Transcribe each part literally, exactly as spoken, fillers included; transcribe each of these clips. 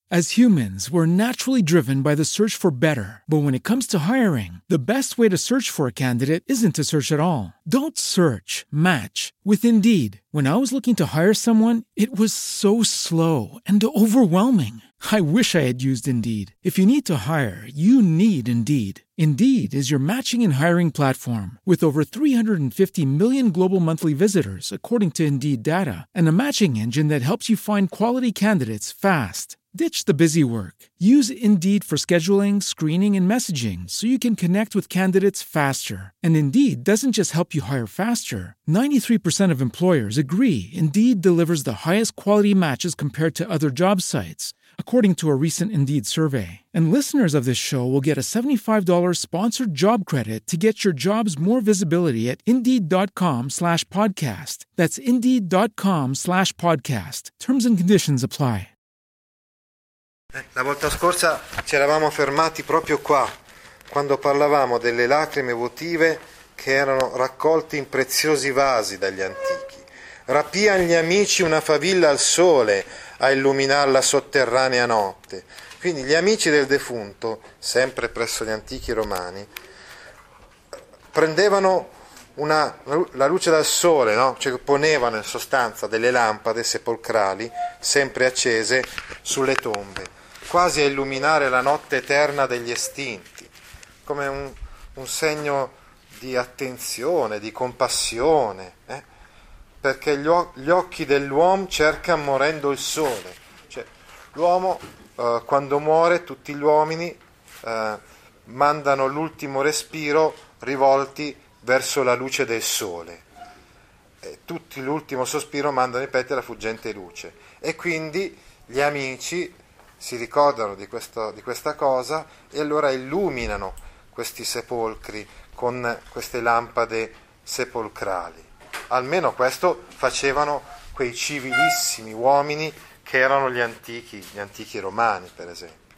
As humans, we're naturally driven by the search for better. But when it comes to hiring, the best way to search for a candidate isn't to search at all. Don't search, match with Indeed. When I was looking to hire someone, it was so slow and overwhelming. I wish I had used Indeed. If you need to hire, you need Indeed. Indeed is your matching and hiring platform with over three hundred fifty million global monthly visitors, according to Indeed data, and a matching engine that helps you find quality candidates fast. Ditch the busy work. Use Indeed for scheduling, screening, and messaging so you can connect with candidates faster. And Indeed doesn't just help you hire faster. ninety-three percent of employers agree Indeed delivers the highest quality matches compared to other job sites, according to a recent Indeed survey. And listeners of this show will get a seventy-five dollars sponsored job credit to get your jobs more visibility at Indeed.com slash podcast. That's Indeed.com slash podcast. Terms and conditions apply. La volta scorsa ci eravamo fermati proprio qua, quando parlavamo delle lacrime votive che erano raccolte in preziosi vasi dagli antichi. Rapian gli amici una favilla al sole a illuminar la sotterranea notte. Quindi gli amici del defunto, sempre presso gli antichi romani, prendevano una, la luce dal sole, no? Cioè ponevano in sostanza delle lampade sepolcrali sempre accese sulle tombe, quasi a illuminare la notte eterna degli estinti, come un, un segno di attenzione, di compassione, eh? Perché gli, o- gli occhi dell'uomo cercano morendo il sole, cioè l'uomo eh, quando muore tutti gli uomini eh, mandano l'ultimo respiro rivolti verso la luce del sole, e tutti l'ultimo sospiro mandano i petali alla fuggente luce, e quindi gli amici si ricordano di, questo, di questa cosa e allora illuminano questi sepolcri con queste lampade sepolcrali. Almeno questo facevano quei civilissimi uomini che erano gli antichi, gli antichi romani, per esempio.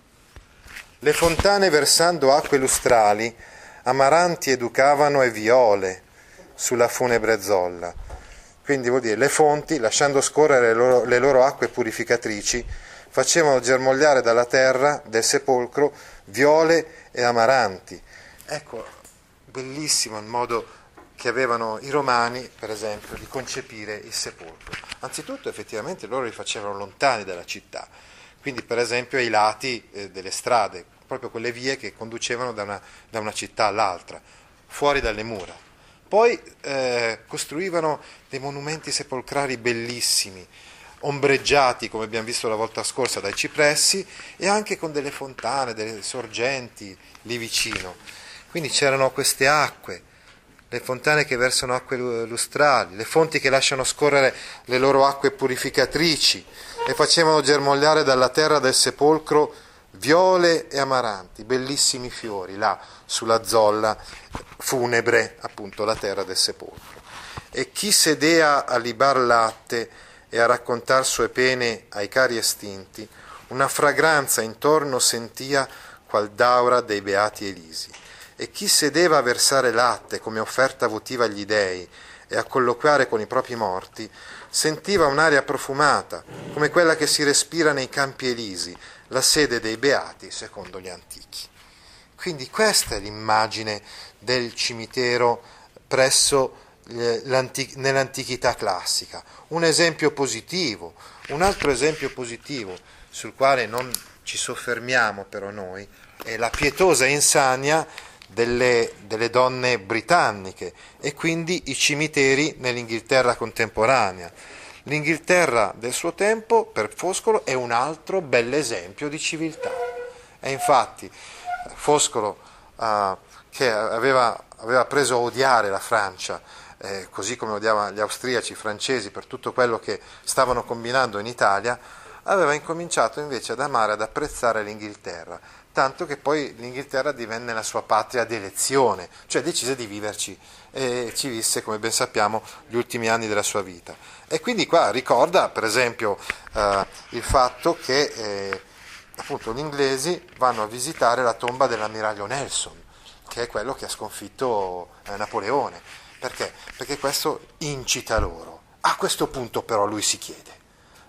Le fontane versando acque lustrali, amaranti educavano e viole sulla funebre zolla. Quindi vuol dire le fonti, lasciando scorrere le loro, le loro acque purificatrici, facevano germogliare dalla terra del sepolcro viole e amaranti. Ecco, bellissimo il modo che avevano i romani, per esempio, di concepire il sepolcro. Anzitutto, effettivamente, loro li facevano lontani dalla città, quindi per esempio ai lati eh, delle strade, proprio quelle vie che conducevano da una, da una città all'altra, fuori dalle mura. Poi eh, costruivano dei monumenti sepolcrali bellissimi, ombreggiati, come abbiamo visto la volta scorsa, dai cipressi, e anche con delle fontane, delle sorgenti lì vicino. Quindi c'erano queste acque, le fontane che versano acque lustrali, le fonti che lasciano scorrere le loro acque purificatrici e facevano germogliare dalla terra del sepolcro viole e amaranti, bellissimi fiori là sulla zolla funebre, appunto la terra del sepolcro. E chi sedea a libar latte e a raccontar sue pene ai cari estinti, una fragranza intorno sentia qual d'aura dei beati Elisi. E chi sedeva a versare latte come offerta votiva agli dei e a colloquiare con i propri morti, sentiva un'aria profumata, come quella che si respira nei campi Elisi, la sede dei beati secondo gli antichi. Quindi questa è l'immagine del cimitero presso nell'antichità classica, un esempio positivo. Un altro esempio positivo sul quale non ci soffermiamo però noi è la pietosa insania delle, delle donne britanniche e quindi i cimiteri nell'Inghilterra contemporanea. L'Inghilterra del suo tempo per Foscolo è un altro bell'esempio di civiltà, e infatti Foscolo uh, che aveva, aveva preso a odiare la Francia, Eh, così come odiava gli austriaci, i francesi, per tutto quello che stavano combinando in Italia, aveva incominciato invece ad amare, ad apprezzare l'Inghilterra, tanto che poi l'Inghilterra divenne la sua patria di elezione, cioè decise di viverci e ci visse, come ben sappiamo, gli ultimi anni della sua vita. E quindi qua ricorda, per esempio, eh, il fatto che eh, appunto gli inglesi vanno a visitare la tomba dell'ammiraglio Nelson, che è quello che ha sconfitto eh, Napoleone. Perché? Perché questo incita loro. A questo punto però lui si chiede,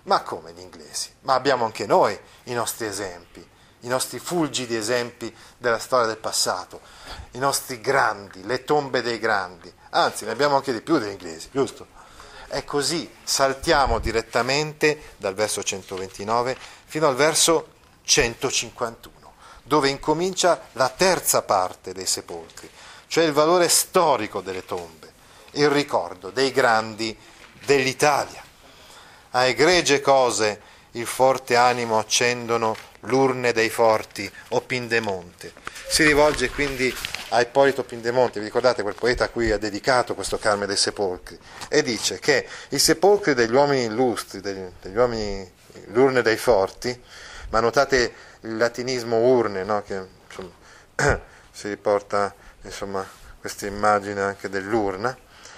Ma come gli inglesi? Ma abbiamo anche noi i nostri esempi, i nostri fulgidi esempi della storia del passato, i nostri grandi, le tombe dei grandi, anzi ne abbiamo anche di più degli inglesi, giusto? E così saltiamo direttamente dal verso centoventinove fino al verso centocinquantuno, dove incomincia la terza parte dei sepolcri, cioè il valore storico delle tombe, il ricordo dei grandi dell'Italia. A egregie cose il forte animo accendono l'urne dei forti, o Pindemonte. Si rivolge quindi a Ippolito Pindemonte, vi ricordate quel poeta a cui ha dedicato questo Carme dei Sepolcri, e dice che i sepolcri degli uomini illustri, degli, degli uomini, l'urne dei forti, ma notate il latinismo urne, no? Che insomma, si riporta insomma questa immagine anche dell'urna.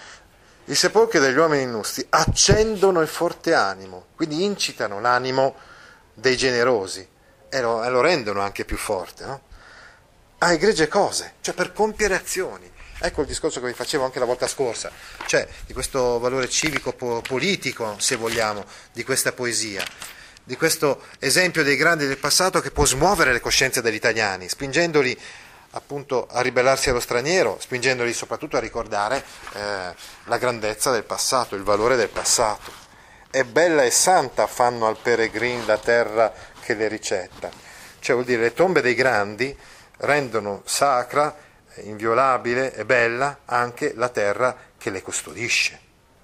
I sepolcri degli uomini illustri accendono il forte animo, quindi incitano l'animo dei generosi e lo, e lo rendono anche più forte, no? A egregie cose, cioè per compiere azioni. Ecco il discorso che vi facevo anche la volta scorsa, cioè di questo valore civico-politico, se vogliamo, di questa poesia, di questo esempio dei grandi del passato che può smuovere le coscienze degli italiani, spingendoli appunto a ribellarsi allo straniero, spingendoli soprattutto a ricordare eh, la grandezza del passato, il valore del passato. È bella e santa fanno al peregrin la terra che le ricetta, cioè vuol dire le tombe dei grandi rendono sacra, inviolabile e bella anche la terra che le custodisce.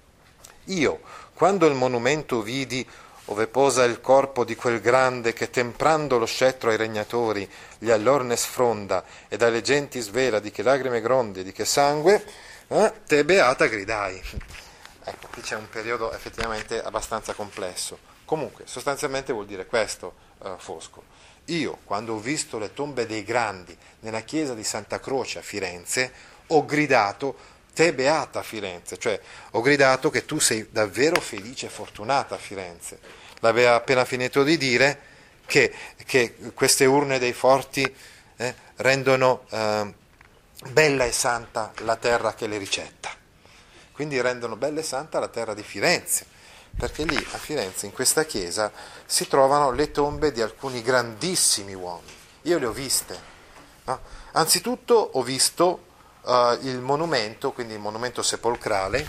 Io, quando il monumento vidi ove posa il corpo di quel grande che temprando lo scettro ai regnatori gli allorne sfronda e dalle genti svela di che lagrime gronde e di che sangue, eh, te beata gridai. Ecco, qui c'è un periodo effettivamente abbastanza complesso. Comunque, sostanzialmente vuol dire questo, eh, Fosco. Io, quando ho visto le tombe dei grandi nella chiesa di Santa Croce a Firenze, ho gridato te beata Firenze, cioè ho gridato che tu sei davvero felice e fortunata a Firenze. L'aveva appena finito di dire che, che queste urne dei forti eh, rendono eh, bella e santa la terra che le ricetta. Quindi rendono bella e santa la terra di Firenze, perché lì a Firenze, in questa chiesa, si trovano le tombe di alcuni grandissimi uomini. Io le ho viste. No? Anzitutto ho visto uh, il monumento, quindi il monumento sepolcrale,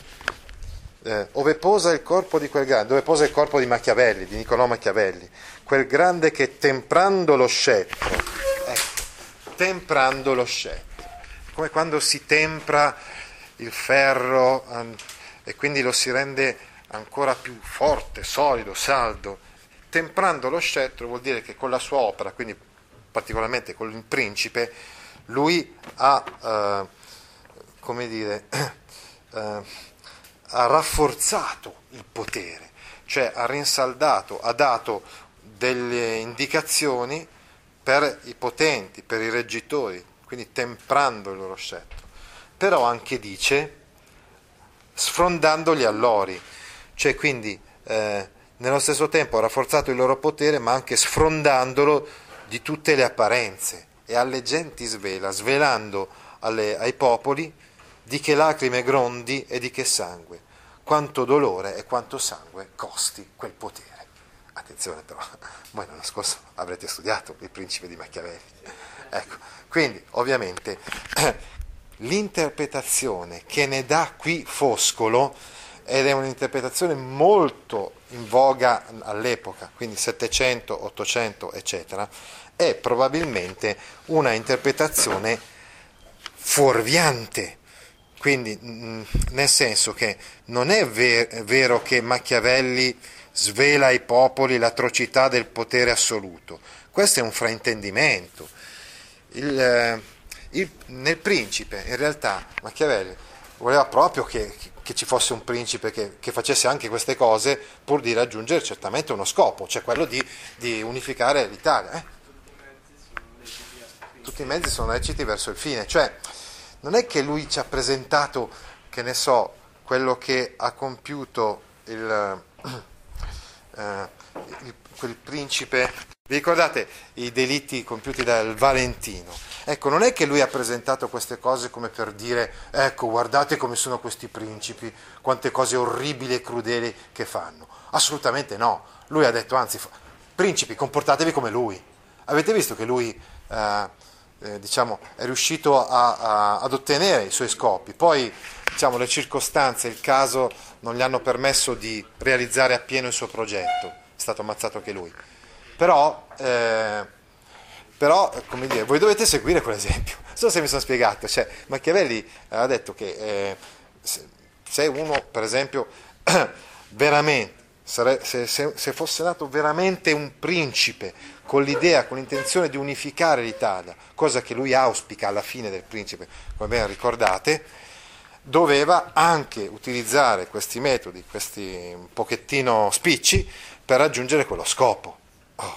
eh, dove posa il corpo di quel grande, dove posa il corpo di Machiavelli, di Niccolò Machiavelli, quel grande che temprando lo scettro, ecco, temprando lo scettro, come quando si tempra il ferro um, e quindi lo si rende ancora più forte, solido, saldo. Temprando lo scettro vuol dire che con la sua opera, quindi particolarmente con il principe, lui ha, eh, come dire, eh, ha rafforzato il potere, cioè ha rinsaldato, ha dato delle indicazioni per i potenti, per i reggitori, quindi temprando il loro scettro. Però anche dice sfrondando gli allori, cioè quindi eh, nello stesso tempo ha rafforzato il loro potere, ma anche sfrondandolo di tutte le apparenze, e alle genti svela, svelando alle, ai popoli di che lacrime grondi e di che sangue, quanto dolore e quanto sangue costi quel potere. Attenzione però, voi l'anno scorso avrete studiato il principe di Machiavelli. Ecco, quindi ovviamente l'interpretazione che ne dà qui Foscolo, ed è un'interpretazione molto in voga all'epoca, quindi settecento, ottocento, eccetera, è probabilmente una interpretazione fuorviante, quindi mh, nel senso che non è ver- vero che Machiavelli svela ai popoli l'atrocità del potere assoluto, questo è un fraintendimento. Il, eh, il, nel principe, in realtà, Machiavelli voleva proprio che, che ci fosse un principe che, che facesse anche queste cose pur di raggiungere certamente uno scopo, cioè quello di, di unificare l'Italia. Eh? Tutti i mezzi sono leciti verso il fine, cioè non è che lui ci ha presentato, che ne so, quello che ha compiuto il, eh, il, quel principe. Vi ricordate i delitti compiuti dal Valentino? Ecco, non è che lui ha presentato queste cose come per dire, ecco, guardate come sono questi principi, quante cose orribili e crudeli che fanno. Assolutamente no. lui ha detto, anzi, principi, comportatevi come lui. Avete visto che lui eh, eh, diciamo, è riuscito a, a, ad ottenere i suoi scopi, poi diciamo, le circostanze, il caso non gli hanno permesso di realizzare appieno il suo progetto, è stato ammazzato anche lui. Però, eh, però come dire, voi dovete seguire quell'esempio. Non so se mi sono spiegato, cioè, Machiavelli ha detto che eh, se, se uno, per esempio, veramente, se, se, se fosse nato veramente un principe con l'idea, con l'intenzione di unificare l'Italia, cosa che lui auspica alla fine del principe, come ben ricordate, doveva anche utilizzare questi metodi, questi un pochettino spicci, per raggiungere quello scopo. Oh,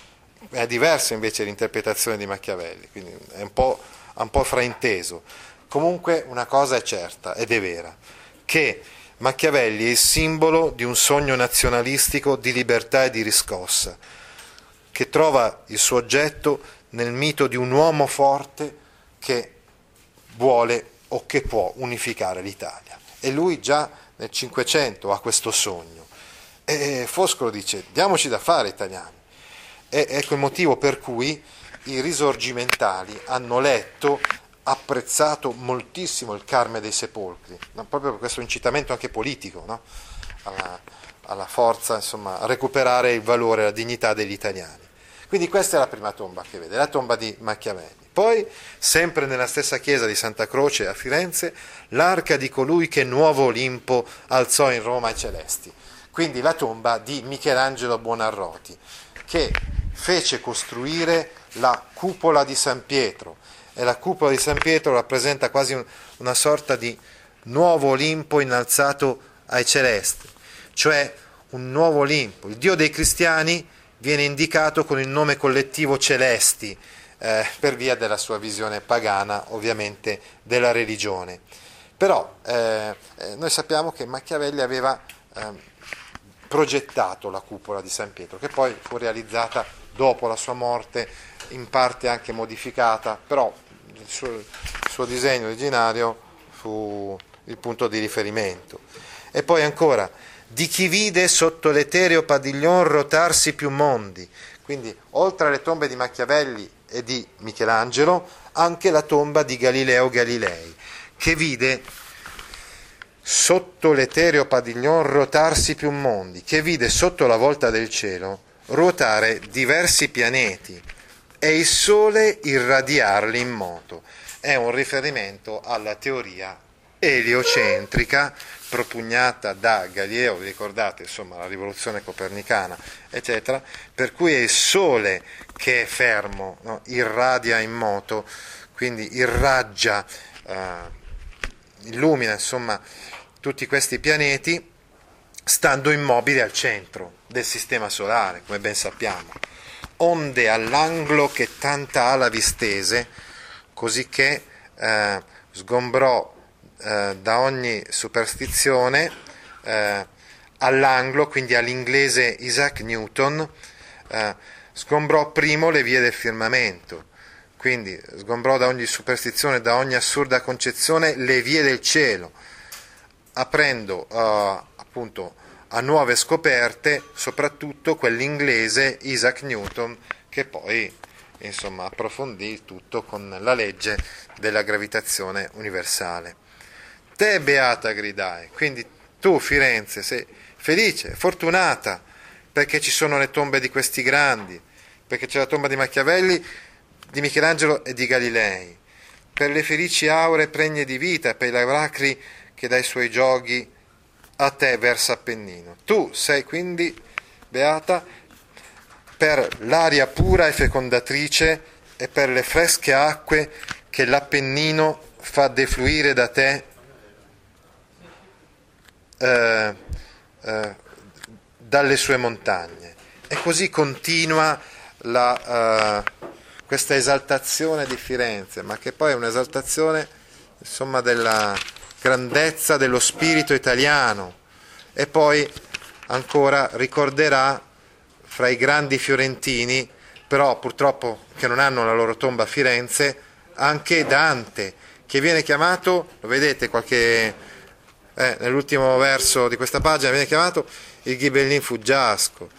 è diversa invece l'interpretazione di Machiavelli, quindi è un po', un po' frainteso. Comunque una cosa è certa ed è vera, che Machiavelli è il simbolo di un sogno nazionalistico di libertà e di riscossa, che trova il suo oggetto nel mito di un uomo forte che vuole o che può unificare l'Italia. E lui già nel Cinquecento ha questo sogno. E Foscolo dice, diamoci da fare italiani. E ecco il motivo per cui i risorgimentali hanno letto, apprezzato moltissimo il Carme dei Sepolcri, no? Proprio per questo incitamento anche politico, no? alla, alla forza, insomma, a recuperare il valore e la dignità degli italiani. Quindi questa è la prima tomba che vede, la tomba di Machiavelli. Poi, sempre nella stessa chiesa di Santa Croce a Firenze, l'arca di colui che nuovo Olimpo alzò in Roma ai celesti. Quindi la tomba di Michelangelo Buonarroti, che fece costruire la cupola di San Pietro. E la cupola di San Pietro rappresenta quasi un, una sorta di nuovo Olimpo innalzato ai celesti, cioè un nuovo Olimpo. Il Dio dei cristiani viene indicato con il nome collettivo Celesti, eh, per via della sua visione pagana, ovviamente, della religione. Però eh, eh, noi sappiamo che Machiavelli aveva eh, progettato la cupola di San Pietro, che poi fu realizzata dopo la sua morte, in parte anche modificata, però il suo, il suo disegno originario fu il punto di riferimento. E poi ancora, di chi vide sotto l'etereo padiglion rotarsi più mondi. Quindi, oltre alle tombe di Machiavelli e di Michelangelo, anche la tomba di Galileo Galilei, che vide sotto l'etereo padiglion rotarsi più mondi, che vide sotto la volta del cielo ruotare diversi pianeti e il sole irradiarli in moto. È un riferimento alla teoria eliocentrica propugnata da Galileo, vi ricordate, insomma, la rivoluzione copernicana, eccetera, per cui è il sole che è fermo, no? Irradia in moto, quindi irraggia, eh, illumina, insomma, tutti questi pianeti, stando immobili al centro del sistema solare, come ben sappiamo. Onde all'anglo che tanta ala vistese, così che eh, sgombrò eh, da ogni superstizione eh, all'anglo, quindi all'inglese Isaac Newton, eh, sgombrò primo le vie del firmamento, quindi sgombrò da ogni superstizione, da ogni assurda concezione le vie del cielo, aprendo eh, appunto a nuove scoperte, soprattutto quell'inglese Isaac Newton, che poi insomma approfondì il tutto con la legge della gravitazione universale. Te beata, gridai, quindi tu Firenze sei felice, fortunata, perché ci sono le tombe di questi grandi, perché c'è la tomba di Machiavelli, di Michelangelo e di Galilei, per le felici aure pregne di vita, per i lavacri che dai suoi giochi a te versa Appennino. Tu sei quindi beata per l'aria pura e fecondatrice e per le fresche acque che l'Appennino fa defluire da te eh, eh, dalle sue montagne. E così continua la, uh, questa esaltazione di Firenze, ma che poi è un'esaltazione, insomma, della grandezza dello spirito italiano. E poi ancora ricorderà fra i grandi fiorentini, però purtroppo che non hanno la loro tomba a Firenze, anche Dante, che viene chiamato, lo vedete qualche eh, nell'ultimo verso di questa pagina, viene chiamato il Ghibellin fuggiasco,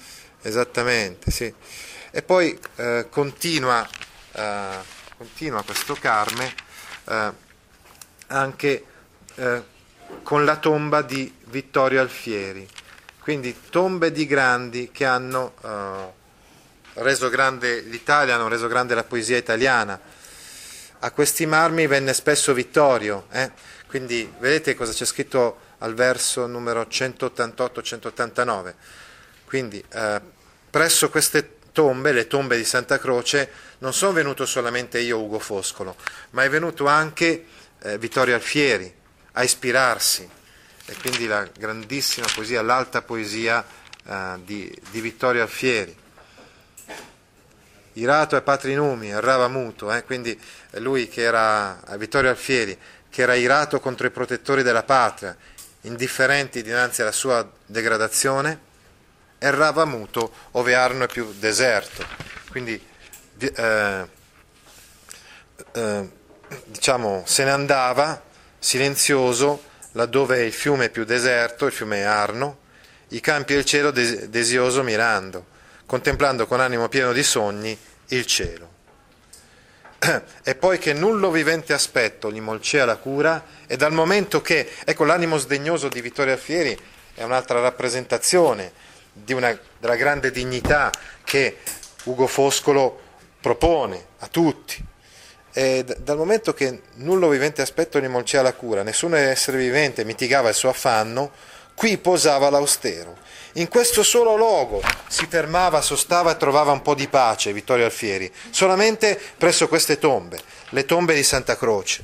esattamente, sì. E poi eh, continua, eh, continua questo Carme eh, anche eh, con la tomba di Vittorio Alfieri, quindi tombe di grandi che hanno eh, reso grande l'Italia, hanno reso grande la poesia italiana. A questi marmi venne spesso Vittorio, eh? Quindi vedete cosa c'è scritto al verso numero centottantotto centottantanove. Quindi eh, presso queste tombe, le tombe di Santa Croce, non sono venuto solamente io, Ugo Foscolo, ma è venuto anche eh, Vittorio Alfieri a ispirarsi, e quindi la grandissima poesia, l'alta poesia eh, di, di Vittorio Alfieri. Irato ai patri numi, errava muto, eh? Quindi lui che era, Vittorio Alfieri, che era irato contro i protettori della patria, indifferenti dinanzi alla sua degradazione, errava muto ove Arno è più deserto. Quindi eh, eh, diciamo se ne andava silenzioso laddove il fiume è più deserto, il fiume Arno, i campi e il cielo des- desioso mirando, contemplando con animo pieno di sogni il cielo. E poi che nullo vivente aspetto gli molcea la cura, e dal momento che, ecco, l'animo sdegnoso di Vittorio Alfieri è un'altra rappresentazione di una, della grande dignità che Ugo Foscolo propone a tutti. E d- dal momento che nullo vivente aspetto gli molcea la cura, nessun essere vivente mitigava il suo affanno, qui posava l'austero. In questo solo luogo si fermava, sostava e trovava un po' di pace Vittorio Alfieri, solamente presso queste tombe, le tombe di Santa Croce.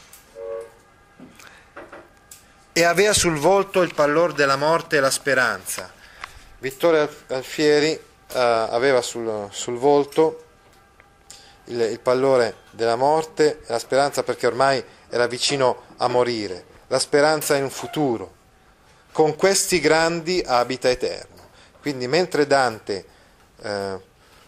E aveva sul volto il pallor della morte e la speranza. Vittorio Alfieri eh, aveva sul, sul volto il, il pallore della morte e la speranza, perché ormai era vicino a morire, la speranza in un futuro. Con questi grandi abita eterno. Quindi mentre Dante eh,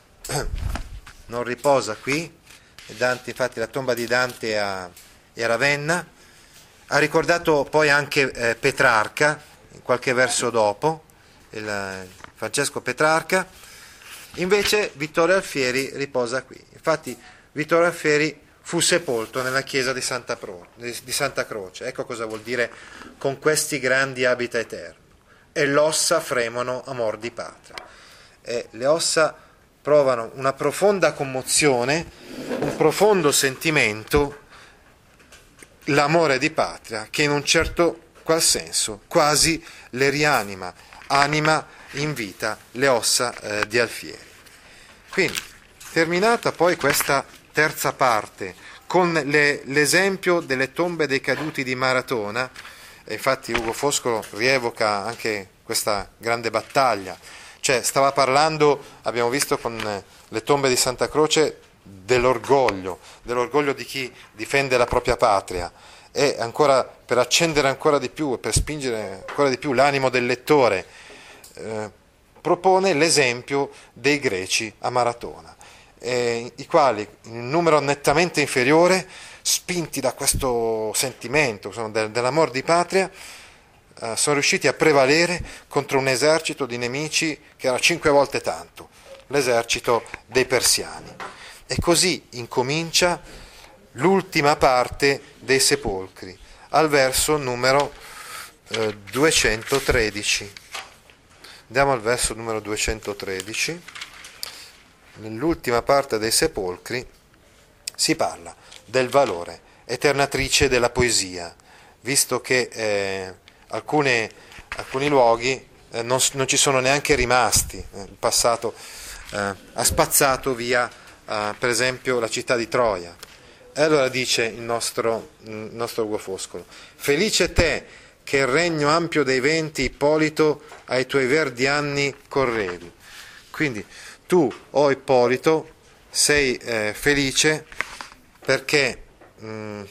non riposa qui, Dante, infatti la tomba di Dante è a, è a Ravenna, ha ricordato poi anche eh, Petrarca, in qualche verso dopo, il, Francesco Petrarca, invece Vittorio Alfieri riposa qui. Infatti Vittorio Alfieri fu sepolto nella chiesa di Santa, Pro, di Santa Croce. Ecco cosa vuol dire con questi grandi abita eterno. E l'ossa fremono amor di patria. E le ossa provano una profonda commozione, un profondo sentimento, l'amore di patria, che in un certo qual senso quasi le rianima, anima in vita le ossa eh, di Alfieri. Quindi, terminata poi questa terza parte con le, l'esempio delle tombe dei caduti di Maratona, e infatti Ugo Foscolo rievoca anche questa grande battaglia, cioè stava parlando, abbiamo visto con le tombe di Santa Croce, dell'orgoglio, dell'orgoglio di chi difende la propria patria, e ancora per accendere ancora di più e per spingere ancora di più l'animo del lettore, eh, propone l'esempio dei greci a Maratona, eh, i quali in un numero nettamente inferiore, spinti da questo sentimento insomma, del, dell'amor di patria, eh, sono riusciti a prevalere contro un esercito di nemici che era cinque volte tanto, l'esercito dei persiani. E così incomincia l'ultima parte dei sepolcri, al verso numero eh, duecentotredici. Andiamo al verso numero duecentotredici. Nell'ultima parte dei sepolcri si parla del valore eternatrice della poesia, visto che eh, alcune, alcuni luoghi eh, non, non ci sono neanche rimasti. Eh, il passato eh, ha spazzato via, eh, per esempio, la città di Troia. E allora dice il nostro, il nostro Ugo Foscolo: felice te che il regno ampio dei venti, Ippolito, ai tuoi verdi anni correvi. Quindi tu, o Ippolito, sei eh, felice perché, mh,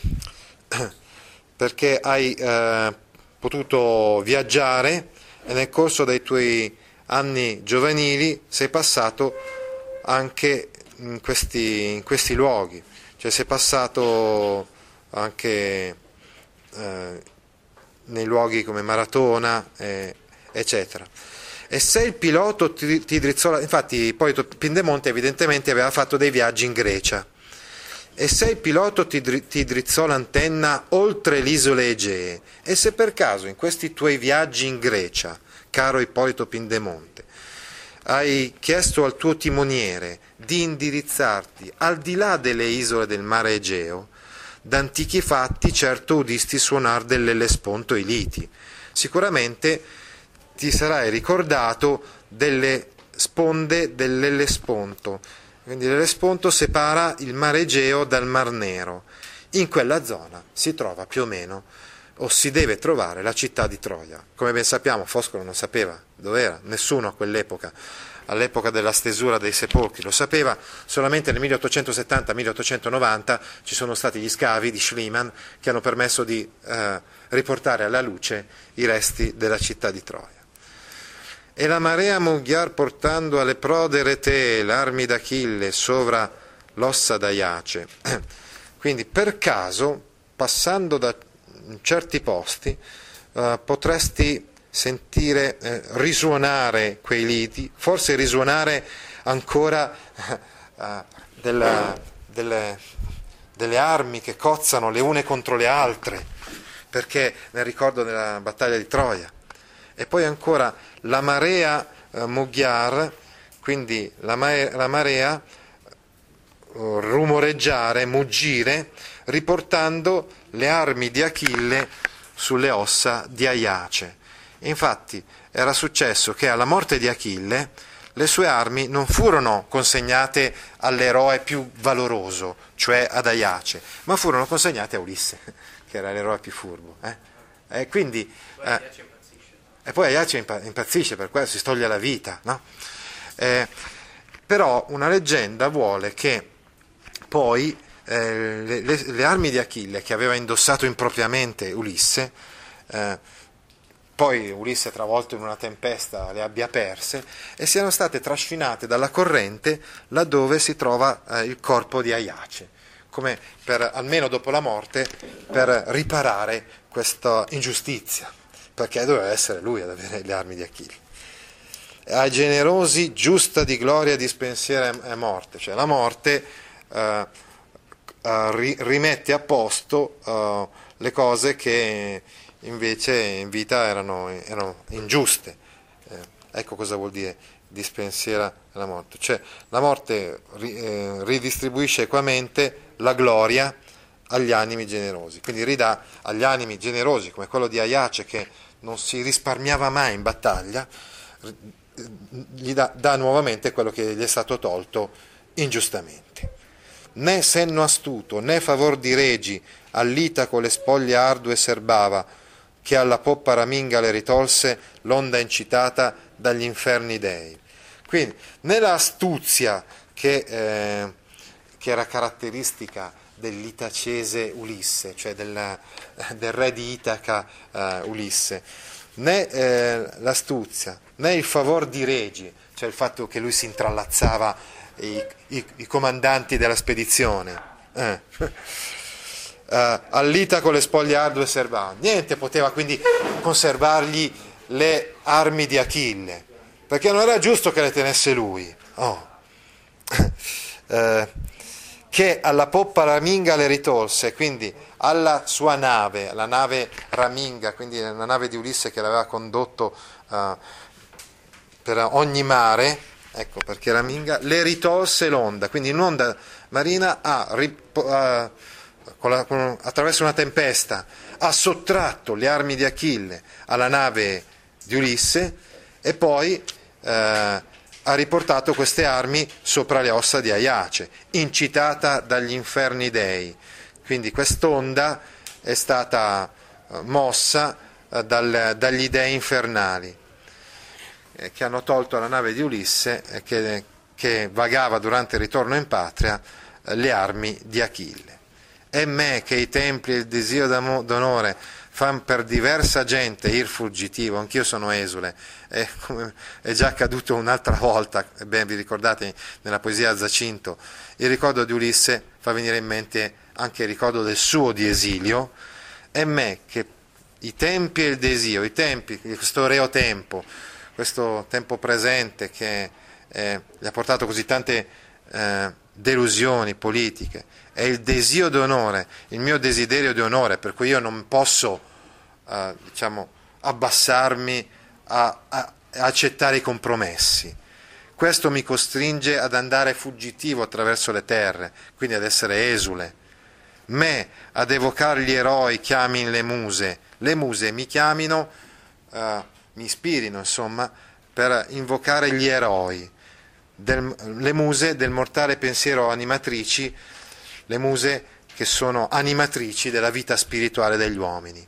perché hai eh, potuto viaggiare e nel corso dei tuoi anni giovanili sei passato anche in questi, in questi luoghi, cioè sei passato anche eh, nei luoghi come Maratona, eh, eccetera. E se il pilota ti, ti drizzò la... Infatti Ippolito Pindemonte evidentemente aveva fatto dei viaggi in Grecia. E se il pilota ti, ti drizzò l'antenna oltre le isole Egee, e se per caso in questi tuoi viaggi in Grecia, caro Ippolito Pindemonte, hai chiesto al tuo timoniere di indirizzarti al di là delle isole del mare Egeo, d'antichi fatti certo udisti suonar dell'Ellesponto i liti. Sicuramente ti sarai ricordato delle sponde dell'Ellesponto. Quindi l'Ellesponto separa il mare Egeo dal Mar Nero. In quella zona si trova più o meno, o si deve trovare, la città di Troia. Come ben sappiamo, Foscolo non sapeva dove era, nessuno a quell'epoca, all'epoca della stesura dei sepolcri lo sapeva, solamente nel milleottocentosettanta milleottocentonovanta ci sono stati gli scavi di Schliemann che hanno permesso di eh, riportare alla luce i resti della città di Troia. E la marea mughiar portando alle prodere te l'armi d'Achille sovra l'ossa d'Aiace. Quindi per caso, passando da certi posti, eh, potresti sentire eh, risuonare quei liti, forse risuonare ancora eh, della, delle, delle armi che cozzano le une contro le altre, perché nel ricordo della battaglia di Troia. E poi ancora la marea eh, mughiar, quindi la, ma- la marea uh, rumoreggiare, muggire, riportando le armi di Achille sulle ossa di Aiace. Infatti era successo che alla morte di Achille le sue armi non furono consegnate all'eroe più valoroso, cioè ad Aiace, ma furono consegnate a Ulisse, che era l'eroe più furbo. Eh? E quindi... Eh, E poi Aiace impazzisce, per questo si toglie la vita, no? Eh, però una leggenda vuole che poi eh, le, le, le armi di Achille che aveva indossato impropriamente Ulisse, eh, poi Ulisse travolto in una tempesta le abbia perse e siano state trascinate dalla corrente laddove si trova eh, il corpo di Aiace, come per, almeno dopo la morte, per riparare questa ingiustizia, perché doveva essere lui ad avere le armi di Achille. Ai generosi giusta di gloria dispensiera è morte, cioè la morte eh, eh, ri, rimette a posto eh, le cose che invece in vita erano, erano ingiuste. Eh, ecco cosa vuol dire dispensiera la morte, cioè la morte ri, eh, ridistribuisce equamente la gloria agli animi generosi, quindi ridà agli animi generosi come quello di Aiace, che non si risparmiava mai in battaglia, gli dà, dà nuovamente quello che gli è stato tolto ingiustamente. Né senno astuto, né favor di regi all'Itaco le spoglie ardue serbava, che alla poppa raminga le ritolse l'onda incitata dagli inferni dei. Quindi, nella astuzia che, eh, che era caratteristica dell'itacese Ulisse, cioè del, del re di Itaca uh, Ulisse, né eh, l'astuzia, né il favor di regi, cioè il fatto che lui si intrallazzava i, i, i comandanti della spedizione, eh. uh, all'Itaco le spoglie ardue serbava, niente poteva quindi conservargli le armi di Achille, perché non era giusto che le tenesse lui. Oh. uh, che alla poppa raminga le ritolse, quindi alla sua nave, la nave raminga, quindi la nave di Ulisse che l'aveva condotto uh, per ogni mare, ecco perché raminga, le ritolse l'onda, quindi un'onda marina ha, uh, con la, con, attraverso una tempesta, ha sottratto le armi di Achille alla nave di Ulisse e poi uh, ha riportato queste armi sopra le ossa di Aiace, incitata dagli inferni dei. Quindi quest'onda è stata mossa dal, dagli dei infernali, eh, che hanno tolto alla nave di Ulisse, eh, che, che vagava durante il ritorno in patria, eh, le armi di Achille. E me che i templi e il desiderio d'onore fan per diversa gente ir fuggitivo, anch'io sono esule, è, è già accaduto un'altra volta, ben vi ricordate nella poesia Zacinto, il ricordo di Ulisse fa venire in mente anche il ricordo del suo di esilio, e me che i tempi e il desio, i tempi, questo reo tempo, questo tempo presente che eh, gli ha portato così tante eh, delusioni politiche, è il desiderio di onore, il mio desiderio di onore, per cui io non posso eh, diciamo, abbassarmi a, a, a accettare i compromessi. Questo mi costringe ad andare fuggitivo attraverso le terre, quindi ad essere esule. Me ad evocare gli eroi chiamin le muse, le muse mi chiamino, eh, mi ispirino insomma, per invocare gli eroi, del, le muse del mortale pensiero animatrici, le muse che sono animatrici della vita spirituale degli uomini.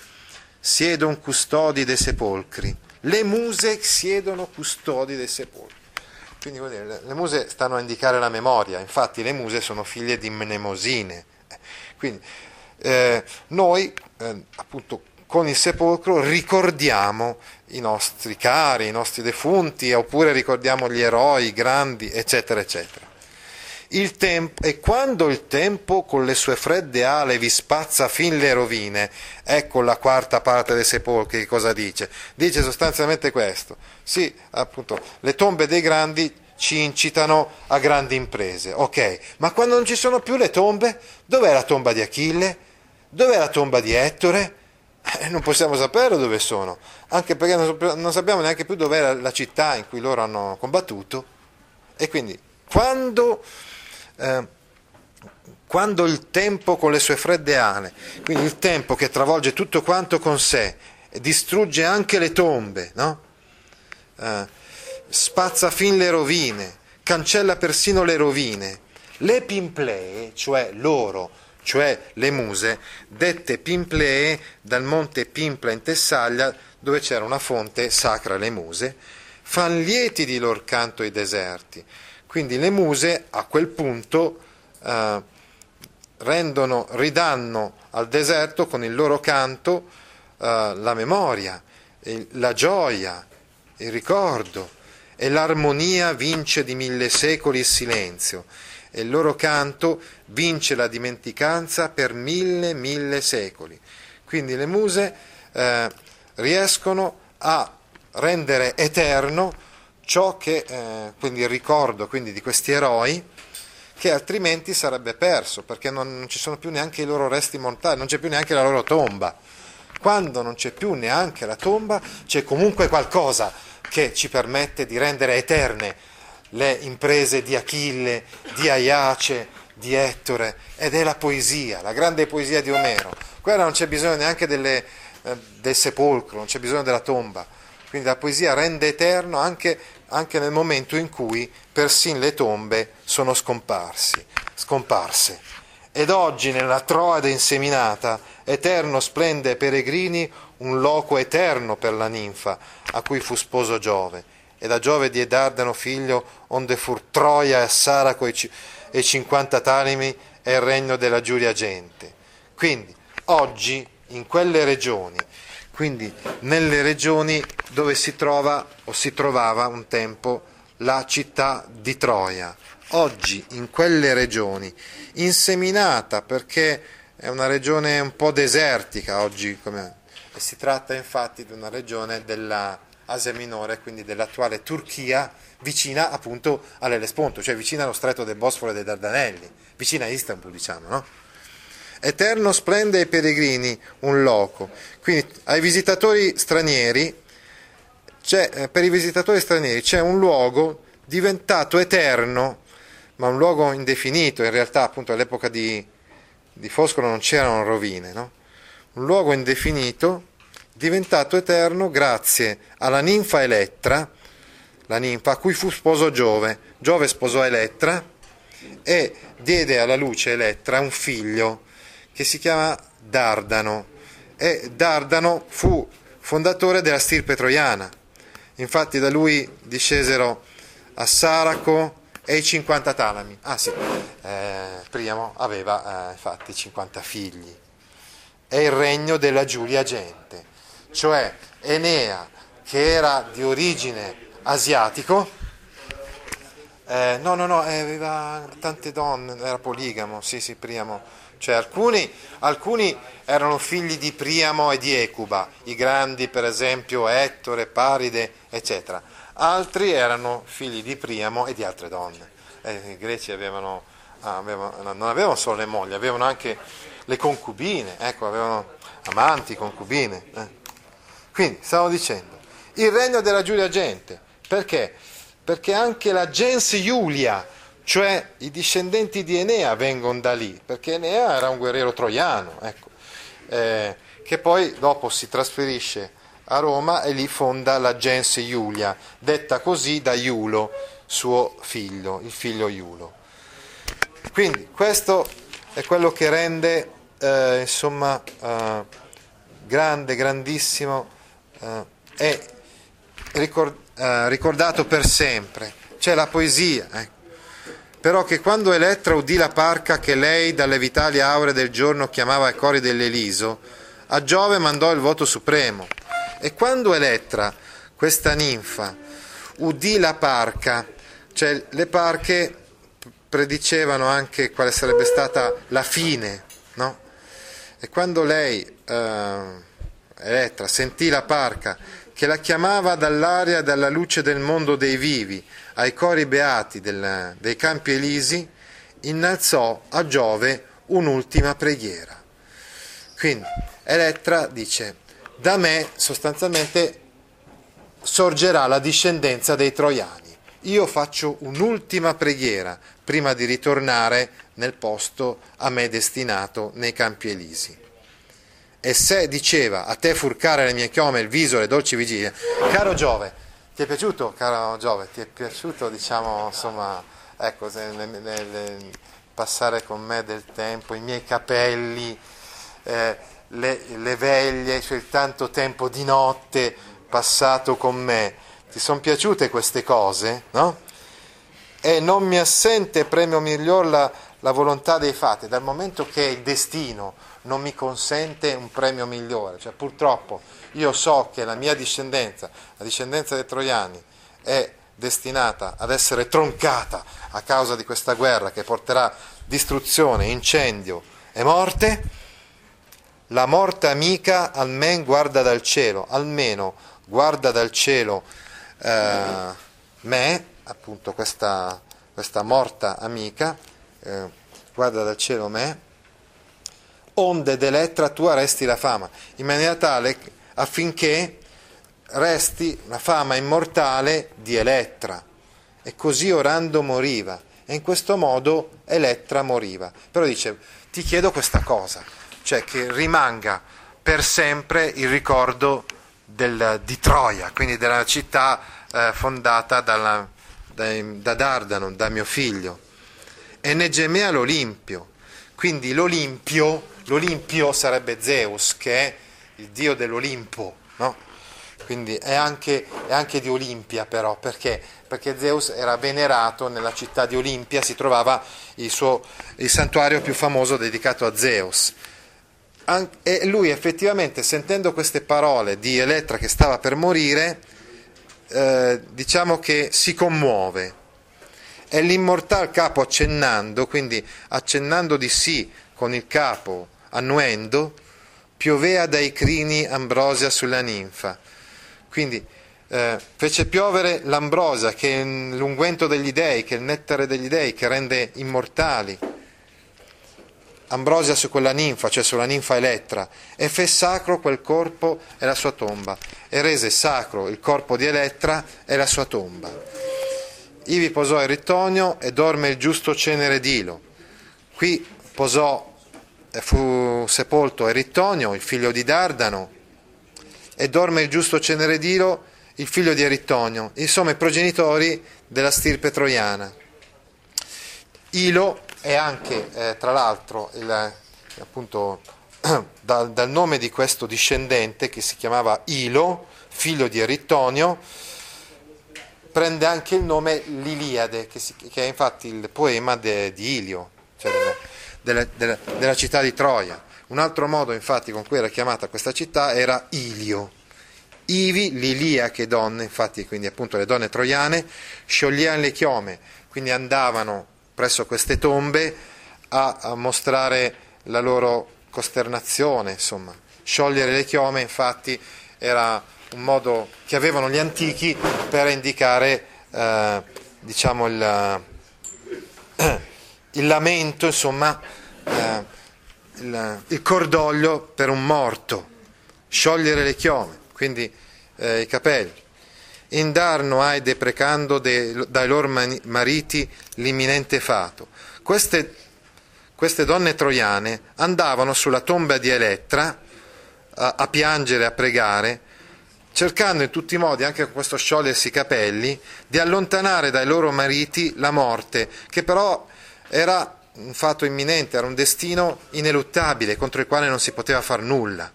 Siedon custodi dei sepolcri, le muse siedono custodi dei sepolcri. Quindi vuol dire, le muse stanno a indicare la memoria, infatti le muse sono figlie di mnemosine. Quindi eh, noi eh, appunto con il sepolcro ricordiamo i nostri cari, i nostri defunti, oppure ricordiamo gli eroi grandi, eccetera, eccetera. Il tempo, e quando il tempo con le sue fredde ale vi spazza fin le rovine, ecco la quarta parte dei sepolcri che cosa dice? Dice sostanzialmente questo, sì, appunto, le tombe dei grandi ci incitano a grandi imprese, ok, ma quando non ci sono più le tombe, dov'è la tomba di Achille? Dov'è la tomba di Ettore? Eh, non possiamo sapere dove sono, anche perché non, non sappiamo neanche più dov'è la, la città in cui loro hanno combattuto, e quindi quando... Eh, quando il tempo con le sue fredde ale, quindi il tempo che travolge tutto quanto con sé, distrugge anche le tombe, no? Eh, spazza fin le rovine, cancella persino le rovine. Le Pimplee, cioè loro, cioè le muse, dette Pimplee dal monte Pimpla in Tessaglia, dove c'era una fonte sacra alle muse, fan lieti di lor canto i deserti. Quindi le muse a quel punto eh, rendono, ridanno al deserto con il loro canto eh, la memoria, il, la gioia, il ricordo, e l'armonia vince di mille secoli il silenzio, e il loro canto vince la dimenticanza per mille, mille secoli. Quindi le muse eh, riescono a rendere eterno ciò che, eh, quindi il ricordo quindi di questi eroi, che altrimenti sarebbe perso, perché non, non ci sono più neanche i loro resti mortali, non c'è più neanche la loro tomba. Quando non c'è più neanche la tomba, c'è comunque qualcosa che ci permette di rendere eterne le imprese di Achille, di Aiace, di Ettore, ed è la poesia, la grande poesia di Omero. Quella non c'è bisogno neanche delle, eh, del sepolcro, non c'è bisogno della tomba. Quindi la poesia rende eterno anche, anche nel momento in cui persino le tombe sono scomparsi, scomparse. Ed oggi nella Troade inseminata, eterno splende ai peregrini un loco eterno per la ninfa, a cui fu sposo Giove. E da Giove diede Dardano figlio, onde fur Troia e Assaraco e, c- e cinquanta talimi e il regno della Giulia gente. Quindi oggi in quelle regioni, quindi nelle regioni dove si trova o si trovava un tempo la città di Troia, oggi in quelle regioni, inseminata perché è una regione un po' desertica oggi, come, e si tratta infatti di una regione della Asia Minore, quindi dell'attuale Turchia, vicina appunto all'Ellesponto, cioè vicina allo stretto del Bosforo e dei Dardanelli, vicina a Istanbul, diciamo, no? Eterno splende ai peregrini un loco, quindi ai visitatori stranieri, c'è, eh, per i visitatori stranieri c'è un luogo diventato eterno, ma un luogo indefinito, in realtà appunto all'epoca di, di Foscolo non c'erano rovine, no? Un luogo indefinito diventato eterno grazie alla ninfa Elettra, la ninfa a cui fu sposo Giove. Giove sposò Elettra e diede alla luce Elettra un figlio che si chiama Dardano, e Dardano fu fondatore della stirpe troiana. Infatti da lui discesero Assaraco e i cinquanta talami. Ah sì, eh, Priamo aveva eh, infatti cinquanta figli. È il regno della Giulia gente, cioè Enea, che era di origine asiatico, Eh, no, no, no, eh, aveva tante donne, era poligamo, sì, sì, Priamo. Cioè alcuni, alcuni erano figli di Priamo e di Ecuba, i grandi per esempio Ettore, Paride, eccetera. Altri erano figli di Priamo e di altre donne. Eh, I greci avevano, avevano, non avevano solo le mogli, avevano anche le concubine, ecco, avevano amanti, concubine. Eh. Quindi, stavo dicendo, il regno della Giulia Gente, perché? Perché anche la gens Iulia, cioè i discendenti di Enea, vengono da lì, perché Enea era un guerriero troiano, ecco, eh, che poi dopo si trasferisce a Roma e lì fonda la gens Iulia, detta così da Iulo, suo figlio, il figlio Iulo. Quindi questo è quello che rende, eh, insomma, eh, grande, grandissimo eh, e ricord- eh, ricordato per sempre. C'è la poesia, ecco. Però che quando Elettra udì la parca che lei dalle vitali aure del giorno chiamava ai cori dell'Eliso, a Giove mandò il voto supremo. E quando Elettra, questa ninfa, udì la parca, cioè le parche predicevano anche quale sarebbe stata la fine, no? E quando lei, eh, Elettra, sentì la parca che la chiamava dall'aria, dalla luce del mondo dei vivi, ai cori beati del, dei campi elisi, innalzò a Giove un'ultima preghiera. Quindi Elettra dice, da me sostanzialmente sorgerà la discendenza dei troiani. Io faccio un'ultima preghiera prima di ritornare nel posto a me destinato nei campi elisi. E se diceva a te furcare le mie chiome il viso, le dolci vigilie, caro Giove, ti è piaciuto, caro Giove, ti è piaciuto, diciamo, insomma, ecco, nel, nel passare con me del tempo, i miei capelli, eh, le, le veglie, cioè il tanto tempo di notte passato con me, ti sono piaciute queste cose, no? E non mi assente premio miglior la, la volontà dei fatti, dal momento che il destino non mi consente un premio migliore, cioè purtroppo io so che la mia discendenza, la discendenza dei troiani, è destinata ad essere troncata a causa di questa guerra che porterà distruzione, incendio e morte. La morte amica almen guarda dal cielo, almeno guarda dal cielo eh, me, appunto questa, questa morta amica, eh, guarda dal cielo me, onde d'Elettra tua resti la fama, in maniera tale affinché resti la fama immortale di Elettra. E così orando moriva, e in questo modo Elettra moriva. Però dice, ti chiedo questa cosa, cioè che rimanga per sempre il ricordo del, di Troia, quindi della città eh, fondata dalla, da, da Dardano, da mio figlio. E ne gemea l'Olimpio, quindi l'Olimpio, l'Olimpio sarebbe Zeus, che è il dio dell'Olimpo, no? Quindi è anche, è anche di Olimpia, però, perché? Perché Zeus era venerato nella città di Olimpia, si trovava il, suo, il santuario più famoso dedicato a Zeus. E lui effettivamente, sentendo queste parole di Elettra che stava per morire, eh, diciamo che si commuove. E l'immortal capo accennando, quindi accennando di sì con il capo, annuendo, piovea dai crini ambrosia sulla ninfa. Quindi eh, fece piovere l'ambrosia, che è l'unguento degli dei, che è il nettare degli dei, che rende immortali. Ambrosia su quella ninfa, cioè sulla ninfa Elettra, e fe sacro quel corpo e la sua tomba, e rese sacro il corpo di Elettra e la sua tomba. Ivi posò Eritonio e dorme il giusto cenere d'Ilo. Qui posò, fu sepolto Eritonio, il figlio di Dardano, e dorme il giusto cenere d'Ilo, il figlio di Eritonio, insomma i progenitori della stirpe troiana. Ilo è anche, eh, tra l'altro, il, appunto, dal, dal nome di questo discendente che si chiamava Ilo, figlio di Eritonio, prende anche il nome l'Iliade, che, si, che è infatti il poema de, di Ilio, cioè della, della, della, della città di Troia. Un altro modo, infatti, con cui era chiamata questa città era Ilio. Ivi l'Iliache donne, infatti, quindi appunto le donne troiane, scioglievano le chiome, quindi andavano presso queste tombe a, a mostrare la loro costernazione, insomma. Sciogliere le chiome, infatti, era un modo che avevano gli antichi per indicare, eh, diciamo, il, eh, il lamento, insomma, eh, il, il cordoglio per un morto. Sciogliere le chiome, quindi eh, i capelli. Indarno ai deprecando de, dai loro mariti l'imminente fato. Queste, queste donne troiane andavano sulla tomba di Elettra a, a piangere, a pregare, cercando in tutti i modi, anche con questo sciogliersi i capelli, di allontanare dai loro mariti la morte, che però era un fatto imminente, era un destino ineluttabile, contro il quale non si poteva far nulla.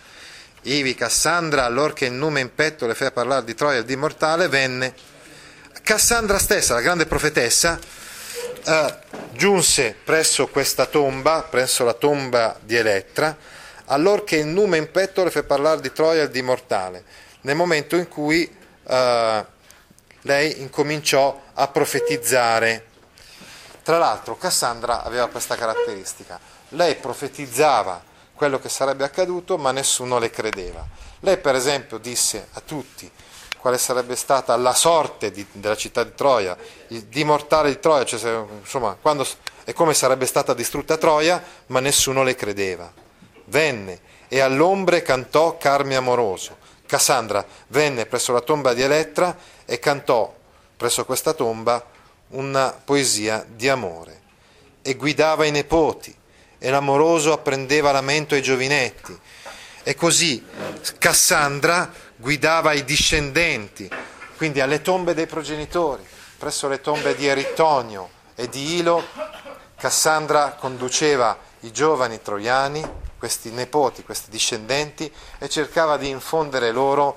Ivi Cassandra, allorché il nume in petto le fe parlare di Troia e di mortale, venne. Cassandra stessa, la grande profetessa, eh, giunse presso questa tomba, presso la tomba di Elettra, allorché il nume in petto le fe parlare di Troia e di mortale, nel momento in cui eh, lei incominciò a profetizzare. Tra l'altro Cassandra aveva questa caratteristica: lei profetizzava quello che sarebbe accaduto, ma nessuno le credeva. Lei, per esempio, disse a tutti quale sarebbe stata la sorte di, della città di Troia, il, di mortale di Troia, cioè, se, insomma, quando, e come sarebbe stata distrutta Troia, ma nessuno le credeva. Venne e all'ombre cantò Carme amoroso. Cassandra venne presso la tomba di Elettra e cantò presso questa tomba una poesia di amore e guidava i nipoti, e l'amoroso apprendeva lamento ai giovinetti, e così Cassandra guidava i discendenti, quindi alle tombe dei progenitori, presso le tombe di Eritonio e di Ilo. Cassandra conduceva i giovani troiani, questi nipoti, questi discendenti, e cercava di infondere loro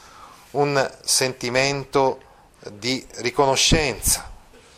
un sentimento di riconoscenza,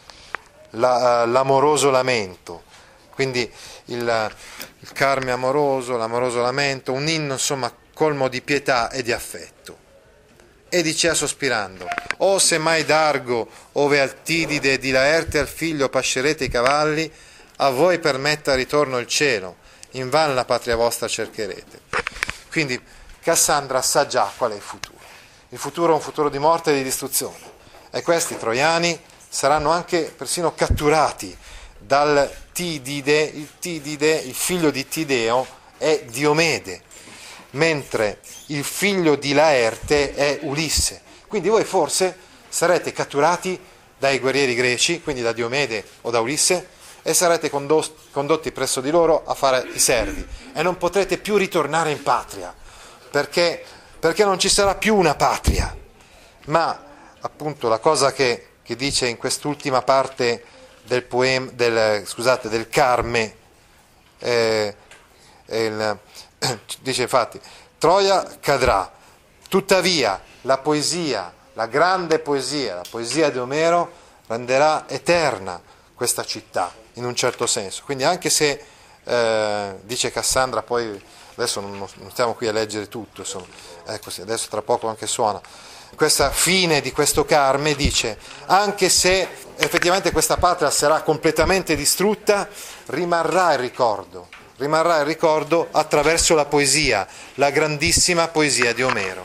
la, l'amoroso lamento. Quindi il, il Carme amoroso, l'amoroso lamento, un inno, insomma, colmo di pietà e di affetto. E dicea sospirando: o se mai d'Argo, ove al Tidide di Laerte al figlio pascerete i cavalli, a voi permetta ritorno il cielo, in van la patria vostra cercherete. Quindi Cassandra sa già qual è il futuro. Il futuro è un futuro di morte e di distruzione. E questi troiani saranno anche persino catturati dal Tidide. Il Tidide, il figlio di Tideo, è Diomede, mentre il figlio di Laerte è Ulisse. Quindi voi forse sarete catturati dai guerrieri greci, quindi da Diomede o da Ulisse, e sarete condotti presso di loro a fare i servi, e non potrete più ritornare in patria, perché, perché non ci sarà più una patria. Ma appunto la cosa che, che dice in quest'ultima parte del poema, del, scusate, del Carme, eh, il, dice infatti: Troia cadrà, tuttavia la poesia, la grande poesia, la poesia di Omero renderà eterna questa città, in un certo senso. Quindi anche se, eh, dice Cassandra, poi adesso non, non stiamo qui a leggere tutto, insomma, è così, adesso tra poco anche suona, questa fine di questo Carme dice: anche se effettivamente questa patria sarà completamente distrutta, rimarrà il ricordo, rimarrà il ricordo attraverso la poesia, la grandissima poesia di Omero.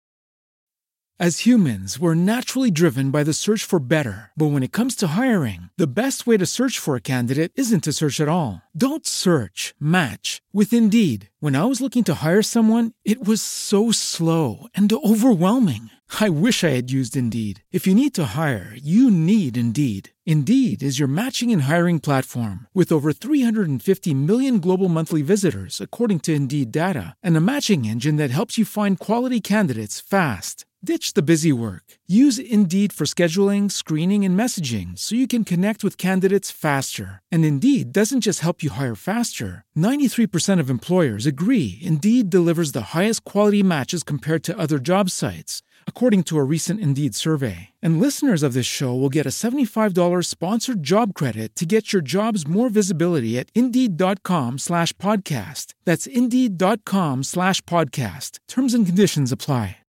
As humans, we're naturally driven by the search for better. But when it comes to hiring, the best way to search for a candidate isn't to search at all. Don't search, match with Indeed. When I was looking to hire someone, it was so slow and overwhelming. I wish I had used Indeed. If you need to hire, you need Indeed. Indeed is your matching and hiring platform with over three hundred fifty million global monthly visitors, according to Indeed data, and a matching engine that helps you find quality candidates fast. Ditch the busy work. Use Indeed for scheduling, screening, and messaging so you can connect with candidates faster. And Indeed doesn't just help you hire faster. ninety-three percent of employers agree Indeed delivers the highest quality matches compared to other job sites, according to a recent Indeed survey. And listeners of this show will get a seventy-five dollars sponsored job credit to get your jobs more visibility at Indeed.com slash podcast. That's Indeed.com slash podcast. Terms and conditions apply.